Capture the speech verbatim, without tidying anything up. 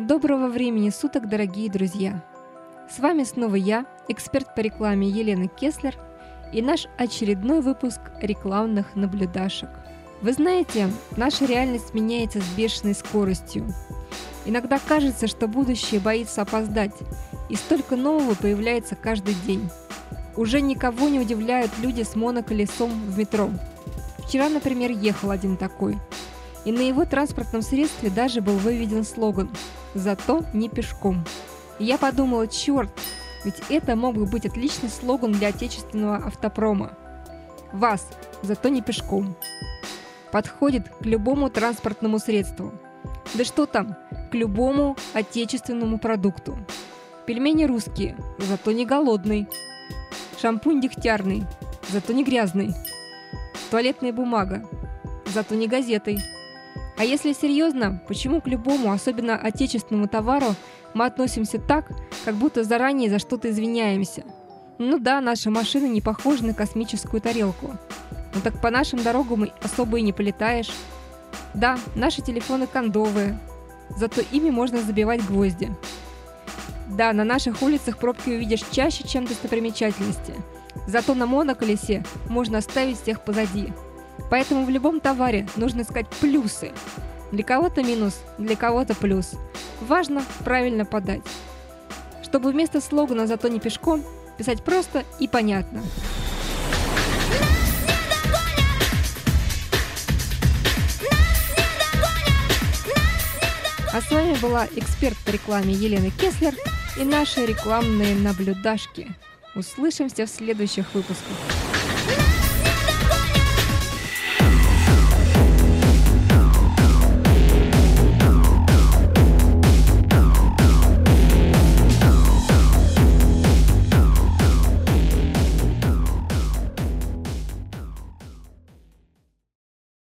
Доброго времени суток, дорогие друзья! С вами снова я, эксперт по рекламе Елена Кеслер, и наш очередной выпуск рекламных наблюдашек. Вы знаете, наша реальность меняется с бешеной скоростью. Иногда кажется, что будущее боится опоздать, и столько нового появляется каждый день. Уже никого не удивляют люди с моноколесом в метро. Вчера, например, ехал один такой, и на его транспортном средстве даже был выведен слоган «Зато не пешком». И я подумала, черт, ведь это мог бы быть отличный слоган для отечественного автопрома. ВАЗ, зато не пешком. Подходит к любому транспортному средству. Да что там, к любому отечественному продукту. Пельмени русские, зато не голодный. Шампунь дегтярный, зато не грязный. Туалетная бумага, зато не газетой. А если серьезно, почему к любому, особенно отечественному товару, мы относимся так, как будто заранее за что-то извиняемся? Ну да, наши машины не похожи на космическую тарелку. Ну так по нашим дорогам особо и не полетаешь. Да, наши телефоны кондовые, зато ими можно забивать гвозди. Да, на наших улицах пробки увидишь чаще, чем достопримечательности. Зато на моноколесе можно оставить всех позади. Поэтому в любом товаре нужно искать плюсы. Для кого-то минус, для кого-то плюс. Важно правильно подать. Чтобы вместо слогана «Зато не пешком» писать просто и понятно. А с вами была эксперт по рекламе Елена Кеслер и наши рекламные наблюдашки. Услышимся в следующих выпусках.